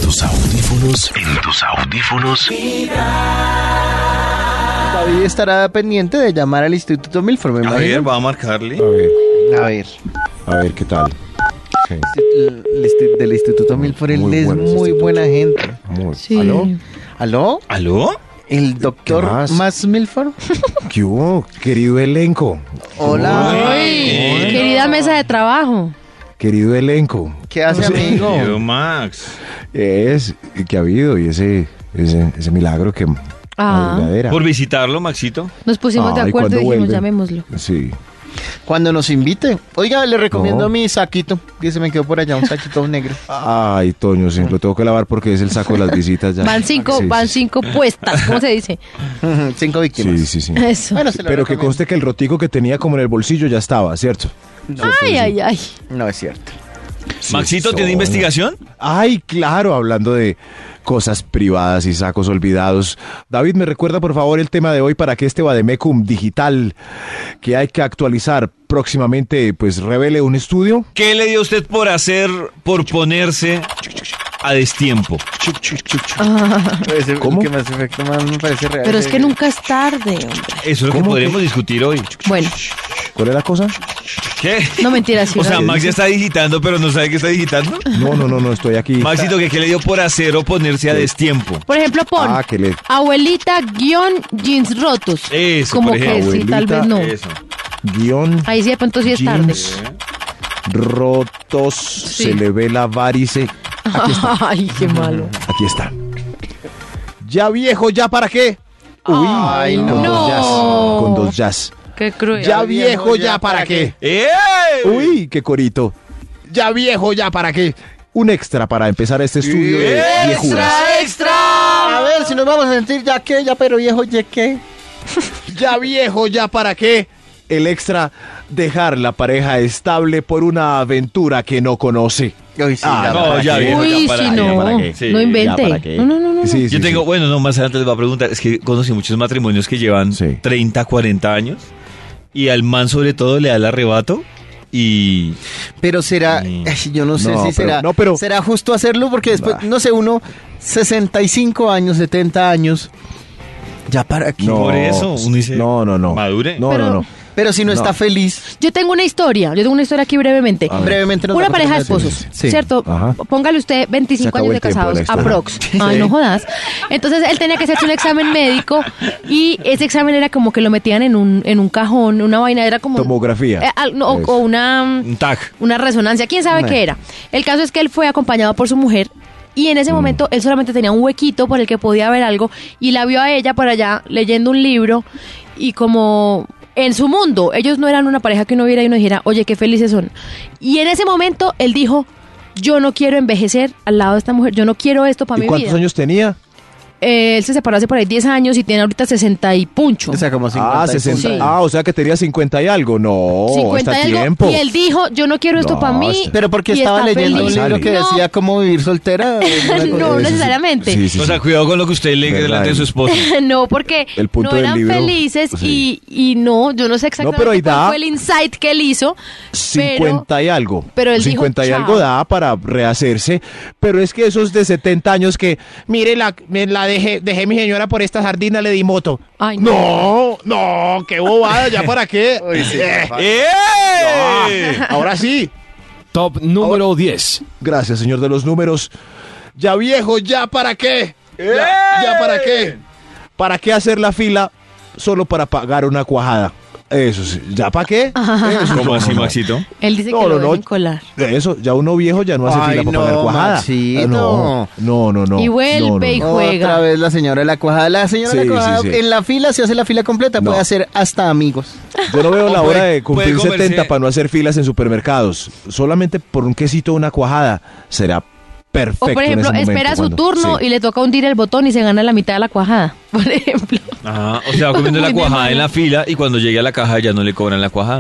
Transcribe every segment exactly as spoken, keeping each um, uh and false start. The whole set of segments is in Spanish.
tus audífonos, en tus audífonos. David estará pendiente de llamar al Instituto Milford, me A imagino. ver, va a marcarle. A ver, A ver. a ver, ¿qué tal? Sí. El, el insti- del Instituto Milford, él Muy es bueno ese muy instituto. buena gente. Muy. Sí. ¿Aló? ¿Aló? ¿Aló? ¿El doctor ¿Qué más? Max Milford? ¿Qué hubo, querido elenco? Hola. Ay, querida mesa de trabajo. Querido elenco. ¿Qué hace, Sí. amigo? Yo, Max. Es que ha habido y ese, ese, ese milagro que... Ah. verdadera. Por visitarlo, Maxito. Nos pusimos de Ay, acuerdo y ¿cuándo dijimos, vuelve? llamémoslo. Sí. Cuando nos invite. Oiga, le recomiendo No. mi saquito, que se me quedó por allá, un saquito negro. Ay, Toño, sí, lo tengo que lavar porque es el saco de las visitas ya. Van cinco, Sí, van sí, cinco puestas, ¿cómo se dice? sí, Cinco víctimas. sí, sí. Eso. Bueno, se lo Pero que recomiendo. conste que el rotico que tenía como en el bolsillo ya estaba, ¿cierto? Ay, ay, ay. No es cierto. Maxito, ¿tiene Toño. investigación? Ay, claro, hablando de cosas privadas y sacos olvidados. David, ¿me recuerda por favor el tema de hoy para que este Vademecum digital que hay que actualizar próximamente, pues revele un estudio? ¿Qué le dio usted por hacer, por ponerse a destiempo? Ese- el ¿Cómo? que más efecto más me parece real. Pero es que nunca es tarde, hombre. Eso es lo que ¿Cómo? podremos discutir hoy. Bueno, ¿Cuál es la cosa? ¿Qué? no mentiras. sí, O sea, ¿no? Max ya está digitando, pero no sabe qué está digitando. No, no, no, no, estoy aquí. Maxito, ¿qué, qué le dio por hacer o ponerse a destiempo? Por ejemplo, pon Ah, que le... abuelita guión jeans rotos. Eso, Como por que ejemplo. sí, tal Abuelita, vez no. Eso. Guión... Ahí sí de pronto sí es tarde. jeans rotos, se le ve la varice. Ay, qué malo. Aquí está. Ya viejo, ¿ya para qué? Uy, Ay, con no. dos jazz, con dos jazz. Qué cruel. Ya viejo, ¿ya para qué? ¡Ey! Uy, qué corito. Ya viejo, ¿ya para qué? Un extra para empezar este estudio de viejuras. extra! A ver, si nos vamos a sentir ya que, ya pero viejo, ya que. Ya viejo, ¿ya para qué? El extra, dejar la pareja estable por una aventura que no conoce. Uy, sí, Ah, ya, no, ¿para ya qué? viejo, Uy, ya para sí, qué, no. ya para qué. Sí, no invente. ya para qué. No, no, no, no. Sí, sí, Yo tengo, sí. bueno, no, más adelante les voy a preguntar. Es que conocí muchos matrimonios que llevan Sí. treinta, cuarenta años y al man sobre todo le da el arrebato y... Pero será, Sí. ay, yo no sé No, si pero- será, no, pero- será justo hacerlo porque después, Bah. no sé, uno, sesenta y cinco años, setenta años, ya para aquí. No, Por eso, uno dice, no, no, no. madure. No, Pero- no, no. Pero si no, No. está feliz, Yo tengo una historia. Yo tengo una historia aquí brevemente. A ver. brevemente nos Una da pareja de oportunidad esposos, Sí. ¿cierto? Ajá. Póngale usted Se veinticinco acabó años de el tiempo de casados, la historia. aprox. Ay, no jodas. Entonces él tenía que hacerse un examen médico y ese examen era como que lo metían en un, en un cajón, una vaina, era como... Tomografía. Eh, al- no, o, Eso. o una, Un tag. una resonancia, quién sabe No. qué era. El caso es que él fue acompañado por su mujer y en ese Mm. momento él solamente tenía un huequito por el que podía ver algo y la vio a ella por allá leyendo un libro y como en su mundo, ellos no eran una pareja que uno viera y uno dijera, oye, qué felices son. Y en ese momento él dijo, yo no quiero envejecer al lado de esta mujer, yo no quiero esto para ¿Y mi cuántos vida. años tenía? Eh, él se separó hace por ahí diez años y tiene ahorita sesenta y puncho. O sea, como cincuenta Ah, y sesenta. Sí. Ah, o sea que tenía cincuenta y algo. No, cincuenta está y algo, tiempo. y él dijo, yo no quiero esto No, para mí. está- Pero porque y estaba está leyendo un feliz. libro que No. decía cómo vivir soltera. No, necesariamente. Sí, sí, O sí. sea, cuidado con lo que usted lee Verdad, delante de su el- esposo. No, porque El punto no del eran libro, felices sí. y, y no, yo no sé exactamente pero ahí cuál da fue el insight que él hizo, cincuenta y algo. pero él dijo, cincuenta y chao. algo da para rehacerse. Pero es que esos de setenta años que, mire, la, me la dejé, dejé mi señora por esta sardina, le di moto. Ay, no. No, no, qué bobada, ¿ya para qué? Uy, sí, Eh, papá. ¡Ey! ahora sí. Top número diez. Gracias, señor de los números. Ya viejo, ¿ya para qué? ¿Ya, ya para qué? ¿Para qué hacer la fila solo para pagar una cuajada? Eso sí, ¿ya para qué? Eso, ¿Cómo no, así, no, Maxito? Él dice No, que no, lo no. deben colar. Eso, ya uno viejo ya no hace Ay, fila para no, pagar cuajada. Maxito. No, no, no, no. Y vuelve no, no, y no. juega. Otra vez la señora de la cuajada. La señora de Sí, la cuajada, sí, sí. en la fila, si hace la fila completa, No. puede hacer hasta amigos. Yo no veo O la puede- hora de cumplir puede comerse- setenta para no hacer filas en supermercados. Solamente por un quesito o una cuajada será perfecto. O por ejemplo, en ese espera momento, su cuando- turno sí. y le toca hundir el botón y se gana la mitad de la cuajada, por ejemplo. Ajá, o sea, va comiendo la Muy de cuajada mala. en la fila y cuando llegue a la caja ya no le cobran la cuajada.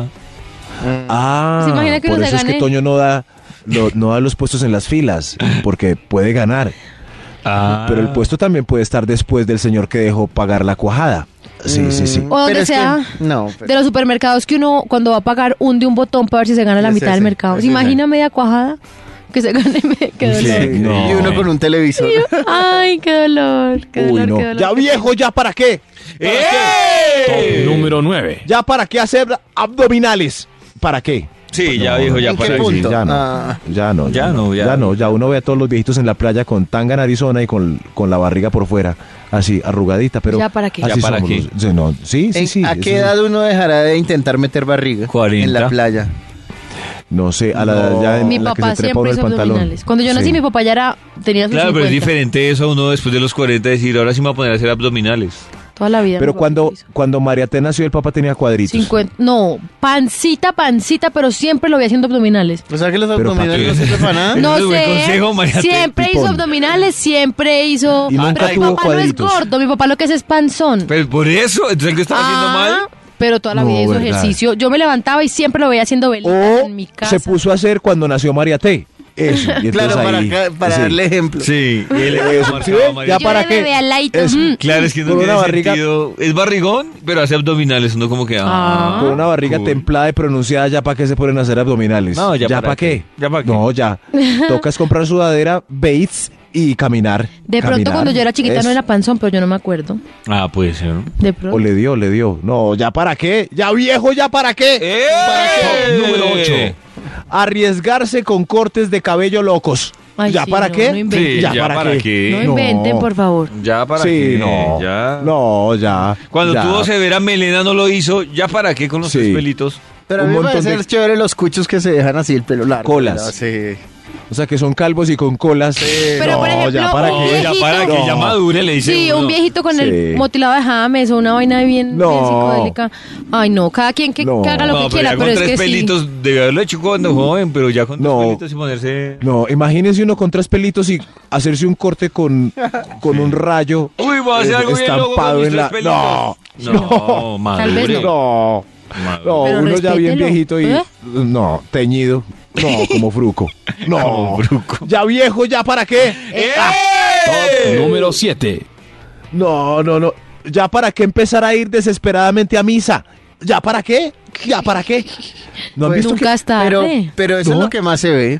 Ah, ¿Se imagina que por uno se eso es que gane? Toño no da, no, no da los puestos en las filas, porque puede ganar. Ah. Pero el puesto también puede estar después del señor que dejó pagar la cuajada. Sí, sí, sí. O donde Pero es que- sea, no, pero- de los supermercados que uno cuando va a pagar hunde un botón para ver si se gana la Es mitad del ese, mercado. es ¿Se imagina ese. media cuajada? que se gane. Qué dolor. Sí, no. Y uno con un televisor. Ay, qué dolor. Qué Uy, dolor, no. qué dolor. Ya viejo, ¿ya para qué? ¿Para qué? Top número nueve. ¿Ya para qué hacer abdominales? ¿Para qué? Sí, ya viejo, ya ¿En para qué qué. punto? Ya no, Ah. ya no, Ya no, ya. ya no, ya uno ve a todos los viejitos en la playa con tanga en Arizona y con, con la barriga por fuera, así arrugadita, pero ¿Ya para qué? así ¿Ya para somos qué? los- sí, no, sí, sí, ¿En- sí, ¿A eso qué sí. edad uno dejará de intentar meter barriga? cuarenta. En la playa. No sé, a la No. ya en Mi la que papá se trepa siempre uno el hizo pantalón. abdominales. Cuando yo nací, Sí. mi papá ya era, tenía sus Claro, pero es cincuenta. diferente eso a uno después de los cuarenta decir, ahora sí me voy a poner a hacer abdominales. Toda la vida. Pero mi papá cuando, hizo. cuando María T nació, el papá tenía cuadritos. cincuenta, no, pancita, pancita, pero siempre lo vi haciendo abdominales. O sea que los Pero, abdominales no ¿para qué? sirven para nada. No Ese es buen sé, consejo, María. siempre hizo Pipón. abdominales, siempre hizo... Y nunca pero mi tuvo papá no cuadritos. es gordo, mi papá lo que es es panzón. Pero por eso, entonces el que estaba haciendo Ah, mal. pero toda la No, vida hizo ¿verdad? ejercicio. Yo me levantaba y siempre lo veía haciendo velitas O en mi casa. se puso a hacer cuando nació María T. Eso. Y Claro, entonces para, ahí- ca- para sí. darle ejemplo. Sí, y él Eso, marcaba ¿sí ve? a María. Ya Yo para de qué. bebé al ladito, Eso. mm. Claro, es que no Con tiene una barriga- sentido. Es barrigón, pero hace abdominales. Uno como que... Ah, Con una barriga cool. templada y pronunciada, ¿ya para qué se ponen a hacer abdominales? No, ya para para qué. qué. ¿Ya para qué? No, ya. Tocas comprar sudadera, Bates y caminar. De pronto Caminar. cuando yo era chiquita Eso. no era panzón, pero yo no me acuerdo. Ah, puede ser, ¿no? De O pronto. le dio, le dio. No, ¿ya para qué? ¿Ya viejo, ya para qué? ¿Para qué? Top número ocho. Arriesgarse con cortes de cabello locos. Ay, ¿Ya sí, para no, qué? no inventen. Sí, ¿Ya, ya para, para qué? qué. No No. inventen, por favor. Ya para Sí, qué. no. Ya. No, ya. Cuando ya. tuvo severa melena no lo hizo. ¿Ya para qué con los Sí. tres pelitos? Pero a Un mí me montón parece de- chévere los cuchos que se dejan así el pelo largo. Colas. ¿verdad? Sí. O sea, que son calvos y con colas. Pero, no, por ejemplo, ya para un qué. Ya viejito- para que ya No. madure, le dice Sí, uno. un viejito con el Sí. motilado de James o una vaina bien, No. bien psicodélica. Ay, no, cada quien que, No. que haga lo No, que pero quiera, ya pero con es tres que pelitos sí. debió haberlo hecho cuando joven, pero ya con No. tres pelitos y ponerse... No, imagínese uno con tres pelitos y hacerse un corte con, con un rayo Uy, voy a hacer eh, algo bien loco con estampado mis en la... tres No, pelitos. No, madure. Tal vez no, Madure. no, Pero uno ya bien respételo, viejito y... ¿eh? No, teñido. No, como fruco. No, Como fruco. ya viejo, ¿ya para qué? ¡Eh! Top número siete. No, no, no. ¿Ya para qué empezar a ir desesperadamente a misa? ¿Ya para qué? ¿Ya para qué? ¿No han Pues visto Nunca que- es tarde. Pero, pero eso No. es lo que más se ve.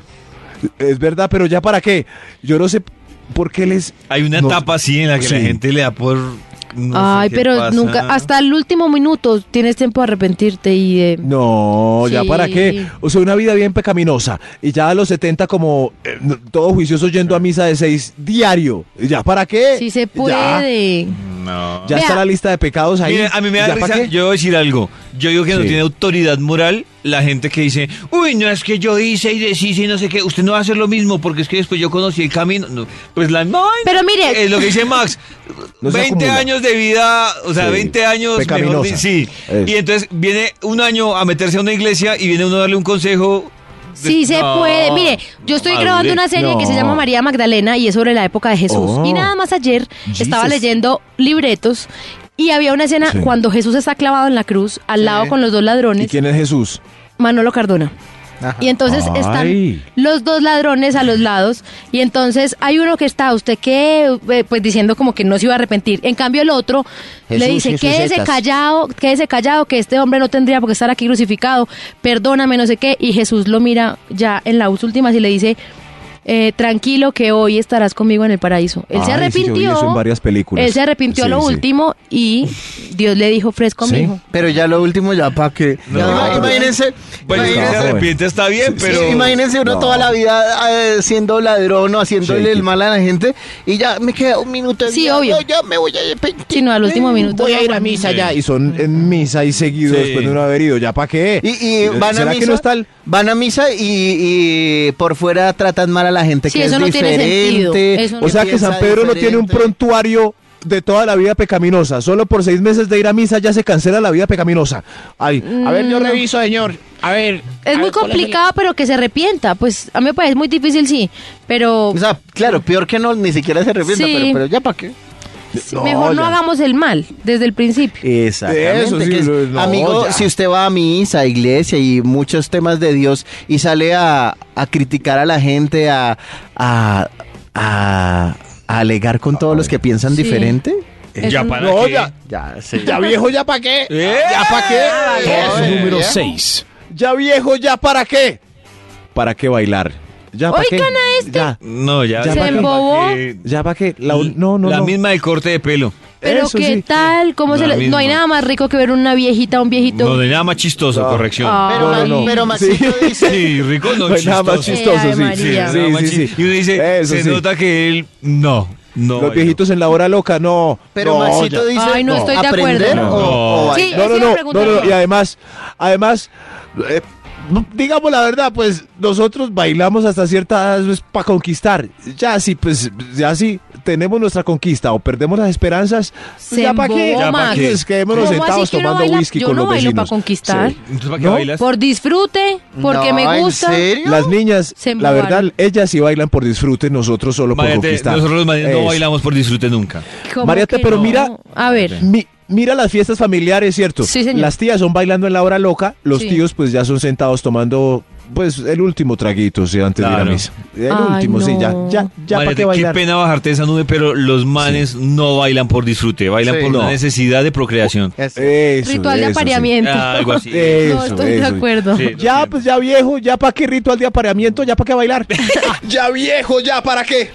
Es verdad, pero ¿ya para qué? Yo no sé por qué les... Hay una No. etapa así en la que la Sí. gente le da por... no sé Ay, qué pero pasa. nunca, hasta el último minuto tienes tiempo de arrepentirte y de... No, ¿ya Sí. para qué? O sea, una vida bien pecaminosa. Y ya a los setenta como eh, no- todo juicioso yendo a misa de seis diario. ¿Ya para qué? Sí se Ya, puede. No. ya Vea. está la lista de pecados ahí. Mire, a mí me da ¿Ya para risa, qué? yo voy a decir algo. Yo digo que no Sí. tiene autoridad moral la gente que dice, uy, no es que yo hice y deshice y no sé qué, usted no va a hacer lo mismo porque es que después yo conocí el camino. No, pues la no, Pero mire- es lo que dice Max, No se veinte acumula. años de vida, o sea, Sí, veinte años, mejor pecaminosa. di- sí. Eso. Y entonces viene un año a meterse a una iglesia y viene uno a darle un consejo. de- Sí se No, puede. Mire, yo estoy madure. grabando una serie que se No. llama María Magdalena y es sobre la época de Jesús. Oh. Y nada más ayer estaba Jesus. leyendo libretos y había una escena Sí. cuando Jesús está clavado en la cruz, al lado con los dos ¿Y ladrones, quién es Jesús? Manolo Cardona. Ajá. Y entonces Ay. están los dos ladrones a los lados y entonces hay uno que está, usted qué, Eh, pues diciendo como que no se iba a arrepentir. En cambio el otro le Jesús, dice, Jesús, quédese Zetas". callado, quédese callado, que este hombre no tendría por qué estar aquí crucificado, perdóname, no sé qué. Y Jesús lo mira ya en las últimas y le dice, eh, tranquilo que hoy estarás conmigo en el paraíso. Él se Ay, sí, yo vi arrepintió, eso en varias películas. él se arrepintió a Sí, lo sí. último y Dios le dijo, fresco, ¿Sí? mijo. Pero ya lo último, ya para qué. No. Ima- imagínense, Bueno, si se imagínense, joven. arrepiente está bien, pero... sí, imagínense uno No. toda la vida eh, siendo ladrón o haciéndole Sí, el que- mal a la gente y ya me queda un minuto de Sí, vida. obvio. No, ya me voy a arrepentir. Sí, no, al último minuto. Voy a no, ir a misa ya. Y son en misa y seguido Sí. después de no haber ido. ¿Ya para qué? Y, y van a ¿Será misa, que no está el- van a misa y, y por fuera tratan mal a la gente Sí, que eso es no tiene diferente. sentido. Eso no O sea que piensa San Pedro no tiene un diferente. prontuario de toda la vida pecaminosa. Solo por seis meses de ir a misa ya se cancela la vida pecaminosa. Ay, a ver, yo No. reviso, señor. A ver. Es muy complicado, pero que se arrepienta. Pues a mí me parece muy difícil, sí. Pero O sea, claro, peor que no, ni siquiera se arrepienta, Sí. pero, pero ya para qué. sí, no, mejor no ya. hagamos el mal desde el principio. Exactamente. Eso sí, que es- no, amigo, ya. si usted va a misa, a iglesia y muchos temas de Dios y sale a, a criticar a la gente, a, a, a, a alegar con todos los que piensan Sí. diferente, Eso Ya no- para No, qué. ya. ya, sí. Ya viejo, ¿ya para qué? ¿Eh? ¿Ya para qué? Top Eso, número ya. seis. Ya viejo, ¿ya para qué? ¿Para qué bailar? Ya, ¿para qué? Oigan a este. Ya, No, ya. Ya Se ya, embobó. ¿para qué? ya, ¿para qué? La, un- no, no, La no. misma de corte de pelo. Pero Eso qué sí. tal, cómo La se le- no hay misma. nada más rico que ver una viejita, un viejito. No, de nada más chistoso, No. corrección. Ah. Pero, Ay. Ma- pero Maxito dice... Sí, rico no, No hay nada más chistoso. chistoso, Ay, sí. María. Sí, nada más sí, sí. chi- Y uno dice, Eso se sí. nota que él, no, no. Los bailó. viejitos en la hora loca, no. Pero no, Maxito ya. dice... Ay, no estoy de ¿aprender acuerdo. o- o No. bailar? Sí, No, esa no, es la no, pregunta. no, no, y además, además, eh, digamos la verdad, pues nosotros bailamos hasta cierta edad para conquistar. Ya sí, pues, ya sí, tenemos nuestra conquista o perdemos las esperanzas, pues, Se ya para qué, embobó, ya para Max. qué, es quedémonos ¿Cómo sentados así que uno tomando baila? whisky Yo con no los bailo vecinos. para conquistar. Sí. ¿Entonces para qué ¿No? bailas? Por disfrute, porque No, me ¿en gusta. serio? Las niñas, Se la embobaron. verdad, ellas sí bailan por disfrute, nosotros solo por Mariate, conquistar. nosotros los maridos no Eso. bailamos por disfrute nunca. ¿Cómo Mariate, que pero no? mira- A ver. Mi- mira las fiestas familiares, ¿cierto? Sí, señor. Las tías son bailando en la hora loca, los Sí. tíos pues ya son sentados tomando pues el último traguito, sí, antes de ir Claro. a misa. El Ay, último, sí, ya, no. ya, ya para Mariate, qué bailar. pena bajarte de esa nube, pero los manes no bailan por disfrute, bailan Sí. por No. una necesidad de procreación. Eso. Eso, Ritual de eso, sí. apareamiento. Ah, algo así. Eso, no estoy de eso. acuerdo. Sí. lo Ya, siento. pues ya viejo, ya para qué ritual de apareamiento, ya para qué bailar. ya viejo, ya para qué.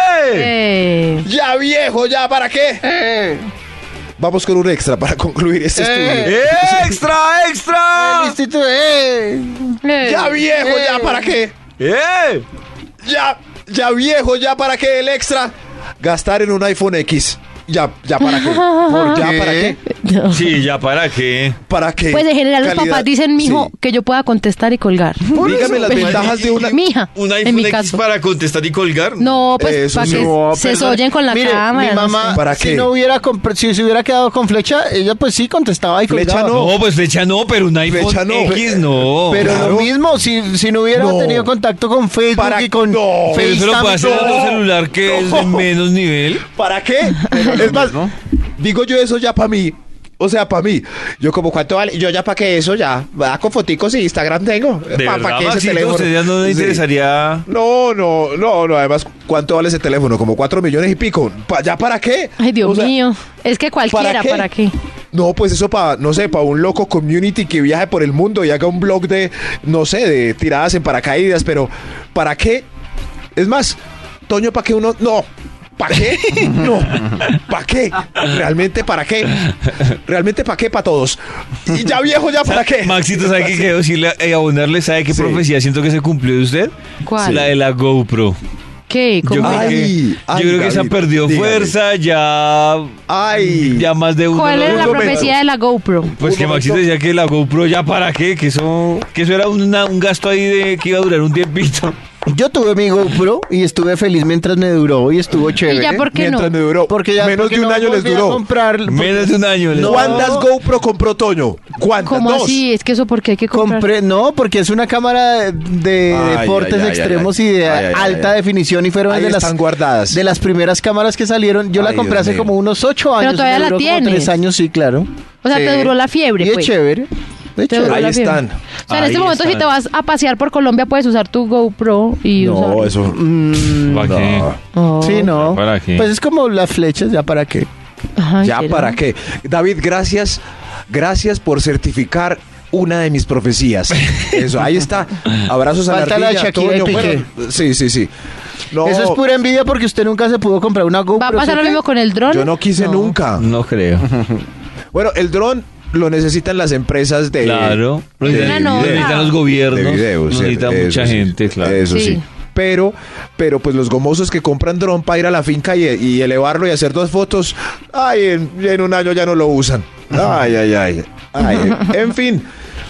Eh, Ya viejo, ya para qué. Eh, Vamos con un extra para concluir este estudio. Eh. ¡Extra, extra! el instituto, eh. eh. Ya viejo, ya para qué. ¡Eh! Ya, ya viejo, ya para qué el extra. Gastar en un iPhone X. Ya, ya para qué. ¿Por ya qué? para qué. No. Sí, ya para qué. ¿Para qué? Pues en general los Calidad- papás dicen, mijo, Sí. que yo pueda contestar y colgar. Dígame las ventajas de una. Mija, ¿Un en iPhone mi X caso. para contestar y colgar? No, pues Eso para sí. que No, se perdón. oyen con la Mire, cámara. mi no mamá, sé. ¿Para si qué? no hubiera compr- si se hubiera quedado con flecha, ella pues sí contestaba y Flecha colgaba. no. No, pues flecha no, pero un iPhone Flecha no. X no. Pero Claro. lo mismo, si, si no hubiera No. tenido contacto con Facebook ¿Para y con no? Pero eso lo puede hacer FaceTime, en no. otro celular que es de No. menos nivel. ¿Para qué? Es más, digo yo eso ya para mí. O sea, para mí. Yo como cuánto vale. Yo ya para qué eso ya. Va con foticos y Instagram tengo. De ¿Para verdad, qué ese Maxito, teléfono? ¿usted ya no le Sí. interesaría? No, no, no, no. Además, ¿cuánto vale ese teléfono? Como cuatro millones y pico. ¿Pa- ¿Ya para qué? Ay, Dios O sea, mío. Es que cualquiera, qué? ¿para qué? No, pues eso para, no sé, para un loco community que viaje por el mundo y haga un blog de, no sé, de tiradas en paracaídas, pero ¿para qué? Es más, Toño, ¿para qué uno? No. ¿Para qué? No. ¿Para qué? ¿Realmente para qué? ¿Realmente para qué? Para todos. Y ya viejo, ya para qué. Maxito, ¿sabe qué quiero decirle y abonarle? ¿Sabe qué Sí. profecía siento que se cumplió de usted? ¿Cuál? La de la GoPro. ¿Qué? Yo ¿Cómo creo era? Ay, que, ay, yo creo que esa David, perdió dígame. fuerza, ya, Ay. ya más de uno. ¿Cuál lo- era la un momento. profecía de la GoPro? Pues Un que Maxito momento. decía que la GoPro ya para qué, que eso, que eso era una- un gasto ahí de que iba a durar un tiempito. Yo tuve mi GoPro y estuve feliz mientras me duró y estuvo chévere. ¿Y ya por qué Mientras no? me duró. Porque ya Menos porque de un no año les volví a duró. comprar, Menos de un año. les- No. ¿Cuántas GoPro compró Toño? ¿Cuántas? ¿Cómo Dos. así? Es que eso porque hay que comprar. Compré, no, porque es una cámara de, de Ay, deportes ay, ay, extremos ay, y de ay, ay, alta ay. definición y fueron Ahí de las están guardadas. de las primeras cámaras que salieron. Yo la Ay, compré Dios hace mío. como unos ocho años. todavía me la duró como tienes. tres años, sí, claro. O sea, Sí. te duró la fiebre, Y es pues. chévere. Es Te duró chévere. Ahí la fiebre. están. O sea, en este Ahí momento si están. te vas a pasear por Colombia puedes usar tu GoPro y No, usar... eso. Mm, ¿Para qué? Oh. sí, no. ¿Para qué? Pues es como las flechas, ya para qué. Ay, ¿Ya ¿será? para qué? David, gracias. Gracias por certificar una de mis profecías. Eso, ahí está. Abrazos a la Falta la ardilla, Shakira y Toño. Piqué. Bueno, sí, sí, sí. No, Eso es pura envidia porque usted nunca se pudo comprar una GoPro. ¿Va a pasar lo ¿sí? mismo con el dron? yo no quise nunca. No creo. Bueno, el dron lo necesitan las empresas de... Claro. Lo de necesitan, Una lo nota. necesitan los gobiernos. de videos. Lo necesita eso mucha sí, gente, claro. Eso sí. Sí. Pero, pero pues los gomosos que compran dron para ir a la finca y, y elevarlo y hacer dos fotos, ay, en, en un año ya no lo usan. Ay, ay, ay. Ay, en fin.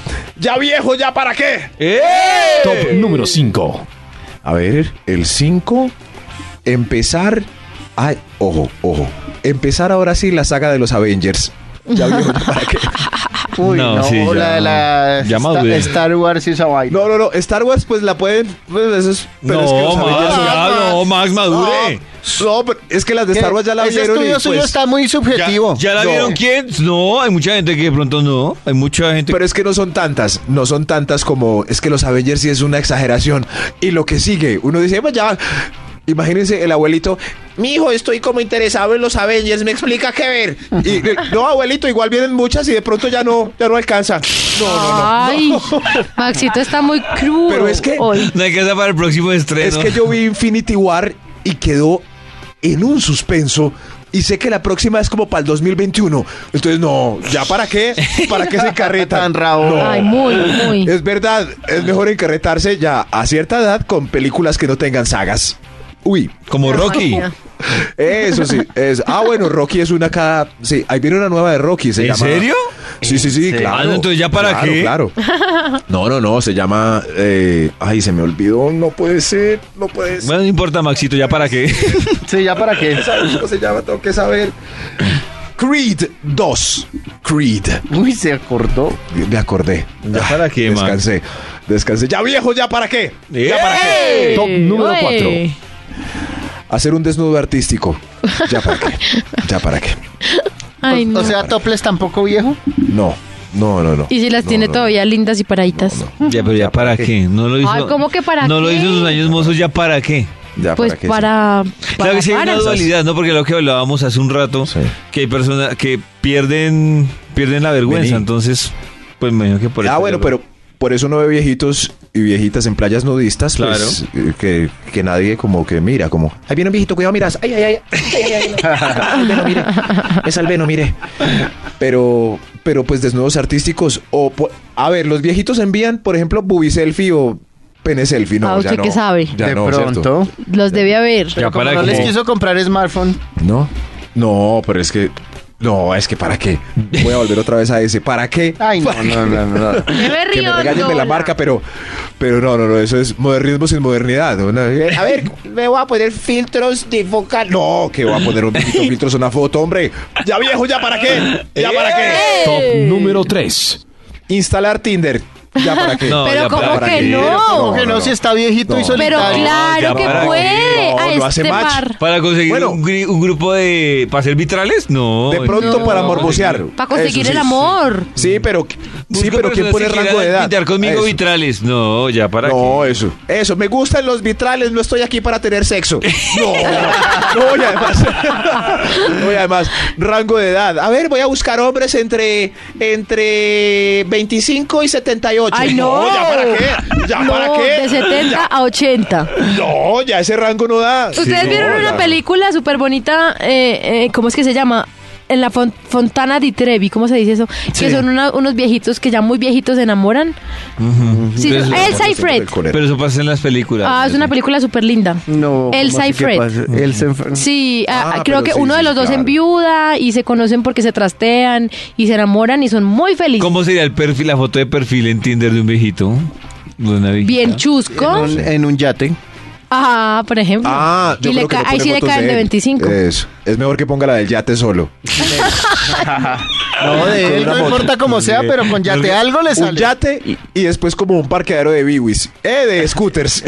Ya viejo, ¿ya para qué? ¡Eh! Top número cinco. A ver, el cinco, empezar... Ay, ojo, ojo. Empezar ahora sí la saga de los Avengers. Ya viejo, ¿ya para qué? Uy, No, no, sí, o ya. la de la Ya Sta- maduré. Star Wars y esa vaina. No, no, no. Star Wars pues la pueden... Pues, eso es, pero No, es que los Max, Avengers son- ya, no, Max, madure. No, no, pero es que las de ¿Qué? Star Wars ya la Ese vieron y estudio suyo pues... está muy ¿Ya, subjetivo. ¿Ya la No. vieron quién? No, hay mucha gente que de pronto no. Hay mucha gente. Pero es que no son tantas, no son tantas como... Es que los Avengers sí es una exageración. Y lo que sigue, uno dice, pues ya... Imagínense el abuelito, mijo, estoy como interesado en los Avengers, ¿me explica qué ver? Y, no, abuelito, igual vienen muchas y de pronto ya no, ya no alcanza. No, no, no. Ay, Maxito está muy crudo. Pero es que- hoy. No hay que hacer para el próximo estreno. Es que yo vi Infinity War y quedó en un suspenso. Y sé que la próxima es como para el dos mil veintiuno. Entonces, no, ¿ya para qué? ¿Para qué se encarreta? Tan rabo. No. Ay, muy, muy. Es verdad, es mejor encarretarse ya a cierta edad con películas que no tengan sagas. Uy, Como Rocky. eso sí. Es, ah, bueno, Rocky es una cada... Sí, ahí viene una nueva de Rocky. Se ¿En llama, serio? Sí, sí, sí, Sí. claro. Ah, no, entonces, ¿ya para Claro, qué? Claro. No, no, no, se llama... eh, ay, se me olvidó. No puede ser, no puede ser. Bueno, no importa, Maxito, ¿ya para qué? Sí, ¿ya para qué? ¿Sabes cómo se llama? Tengo que saber. Creed dos. Creed. Uy, se acordó. Me acordé. ¿Ya para qué, Max? Descansé. Descansé. Ya viejo, ¿ya para qué? ¿Ya para qué? ¡Ey! Top número Oye. cuatro. Hacer un desnudo artístico. ¿Ya para qué? ¿Ya para qué? Ay, no. O sea, topless tampoco viejo. No, no, no, no. y si las No, tiene no, todavía lindas y paraditas. Ya, pero ¿ya para qué? No lo hizo. Ay, ¿cómo que para No lo qué? hizo en sus años mozos, ¿ya para qué? ¿Ya Pues para qué? para, Claro para, que sí hay una para. dualidad, ¿no? Porque lo que hablábamos hace un rato, Sí. que hay personas que pierden pierden la vergüenza, Vení. entonces, pues me imagino que por eso. Ah, bueno, ya lo- pero por eso no ve viejitos y viejitas en playas nudistas, Claro. pues, eh, que, que nadie como que mira, como, ahí viene un viejito, cuidado, miras, ay, ay, ay, ay, ay, ay, no. Albeno, mire, es albeno, mire. Pero, pero pues desnudos artísticos, o, po- a ver, los viejitos envían, por ejemplo, booby selfie o pene selfie, no, Ah, ya ¿usted no. qué sabe? Ya de no, pronto. ¿cierto? Los debe haber. Ya Pero como para no les qué. quiso comprar smartphone. No, no, pero es que, no, es que ¿para qué? Voy a volver otra vez a ese, ¿para qué? Ay, no, no, no, no. no. Me me Que me río, regañen de la Lola. marca, pero, pero no, no, no, eso es modernismo sin modernidad. ¿no? A ver, me voy a poner filtros de focal. No, que voy a poner un poquito filtros a una foto, hombre. Ya viejo, ¿ya para qué? ¿Ya para qué? Top número tres. Instalar Tinder. ¿Ya para qué? No, Pero ya ¿cómo para que qué. no? Como que no, si está viejito y No. Pero solitario. claro ya que para qué. puede. No, a lo hace este match. par. ¿Para conseguir Bueno. un, gri- un grupo de... para hacer vitrales? No. De pronto No. para morbosear. Para conseguir Eso el sí. amor. Sí, pero, sí, Busco pero ¿quién personas pone que rango quieran de edad? pintar conmigo Eso. vitrales. No, ya para No, qué. eso. Eso, me gustan los vitrales, no estoy aquí para tener sexo. No, no, no, y además, no, y además, rango de edad. A ver, voy a buscar hombres entre, entre veinticinco y setenta y ocho. Ay, no. ¿ya para qué? ¿Ya No, para qué? de setenta a ochenta. No, ya ese rango no da. Ustedes Sí, vieron no, una ya. película súper bonita, eh, eh, ¿cómo es que se llama? En la Fon- Fontana di Trevi, ¿cómo se dice eso? Sí. Que son una- unos viejitos que ya muy viejitos se enamoran. Sí, Pero eso- Elsa y Fred. Pero eso pasa en las películas. Ah, es una película súper linda. No. Elsa ¿cómo y así que Fred. pasa? Elsa y Fred. Sí, ah, Ah, creo pero que sí, uno sí, de los dos claro. enviuda y se conocen porque se trastean y se enamoran y son muy felices. ¿Cómo sería el perfil, la foto de perfil en Tinder de un viejito? De una viejita. Bien chusco. En un, en un yate. Ajá, por ejemplo. Ah, yo y creo le que ca- no ahí pone sí le fotos caen de él. veinticinco. Eso. Es mejor que ponga la del yate solo. No, de él Una no moto. importa cómo sea, pero con yate algo le Un sale. yate y, y después como un parqueadero de biwis. Eh, de scooters.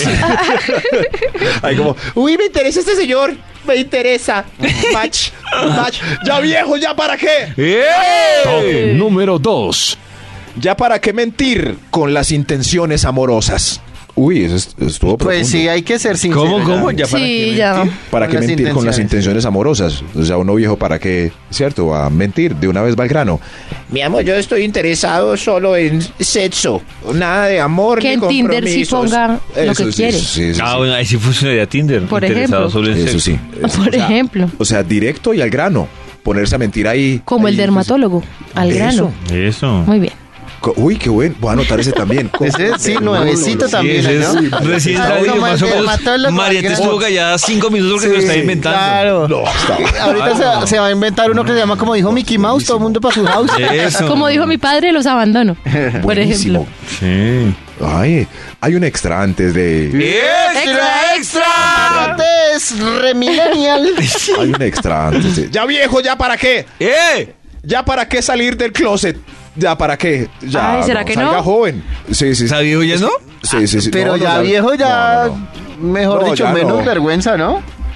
Ahí como, uy, me interesa este señor. Me interesa. Match. Match. Ya viejo, ¿ya para qué? Top ¡Eh! número dos. ¿Ya para qué mentir con las intenciones amorosas? Uy, eso es- estuvo profundo. Pues sí, hay que ser sincero. ¿Cómo, cómo? ¿Ya para Sí, qué ya. mentir? ¿Para Con qué las mentir con las intenciones. intenciones amorosas? O sea, uno viejo, ¿para qué? ¿Cierto? A mentir, de una vez va al grano. Mi amor, yo estoy interesado solo en sexo. Nada de amor Que ni en Tinder sí compromisos. ponga lo Eso que sí, quiere. sí, sí, Ah, sí. bueno, ahí sí funcionaría Tinder. Por interesado ejemplo. solo en Eso sexo. sí. Eso. Por O sea, ejemplo. O sea, directo y al grano. Ponerse a mentir ahí. Como el ahí, dermatólogo, al Eso. grano. Eso. Muy bien. Co- Uy, qué bueno. Voy a anotar ese también. Ese sí, nuevecito Sí, también, ese es ¿no? recién Está salido, como más el o menos. dermatólogo al Mariette grano. estuvo callada cinco minutos porque Sí, se lo está inventando. Claro. No, está- Ahorita se, se va a inventar uno que se llama, como dijo Mickey Mouse, todo el mundo para su house. Eso. Como dijo mi padre, los abandono. Por Buenísimo. ejemplo. Sí. Ay, hay un extra antes de... ¡Extra, extra! Es remillennial. Hay un extra antes de... Ya viejo, ¿ya para qué? ¡Eh! ¿Ya para qué salir del closet? ¿Ya para qué? Ya, Ay, ¿será que salga no? joven. Sí, sí, sí. ¿Está viejo ya no? Sí, sí, sí. Pero No, no, ya viejo, ya, no, no, no. mejor No, dicho, ya menos no. vergüenza, ¿no?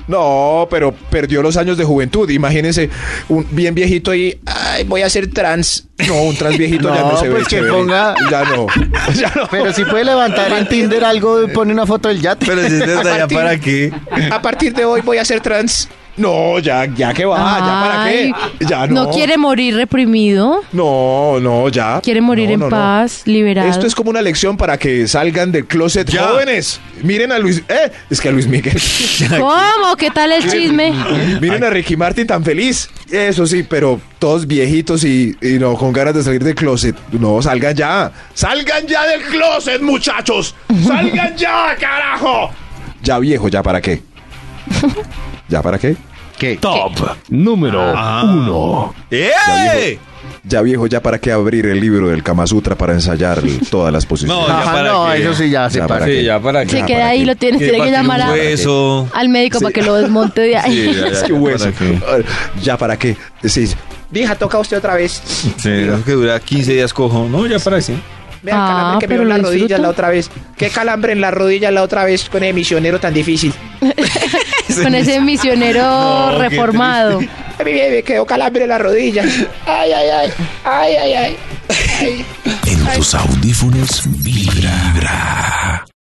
No, pero perdió los años de juventud. Imagínense, un bien viejito y, ay, voy a ser trans. No, un trans viejito ya No, no se pues ve que chévere. ponga- Ya no, ya no. Pero si puede levantar en Tinder algo, pone una foto del yate. Pero si es verdad, ¿ya partir- para qué? A partir de hoy voy a ser trans. No, ya, ya que va, ya para qué. Ay, Ya no. ¿No quiere morir reprimido? No, no, ya. ¿Quiere morir No, en no, no. paz, liberado? Esto es como una lección para que salgan del closet Ya. jóvenes. Miren a Luis, eh, es que a Luis Miguel. ¿Cómo? ¿Qué tal el chisme? Miren a Ricky Martin tan feliz. Eso sí, pero todos viejitos y, y no con ganas de salir del closet. No, salgan ya. Salgan ya del closet, muchachos. Salgan ya, carajo. Ya viejo, ya para qué. ¿Ya para qué? ¿Qué? Top número uno. ¡Eh! Ya viejo, ya para qué abrir el libro del Kama Sutra para ensayar todas las posiciones. No, ya Ajá, para no, qué. eso sí ya se Ya para. para Sí, qué. ya para qué. Se Ya, queda ¿para ahí, qué? lo tienes, tiene que partir llamar un a- hueso. al médico Sí. para que lo desmonte de ahí. Sí, ya, ya, Qué ya, hueso. ¿para qué? Ya para qué. Sí. Vieja, toca usted otra vez. Sí, es que dura quince días cojo. No, ya para qué. Vea el Ah, calambre que me pero dio en lo las rodillas disfruta. la otra vez. ¿Qué calambre en las rodillas la otra vez con el misionero tan difícil? Con ese misionero No, qué reformado. A mí me me quedó calambre en las rodillas. Ay, ay, ay. Ay, ay, ay. Ay. En tus audífonos vibra.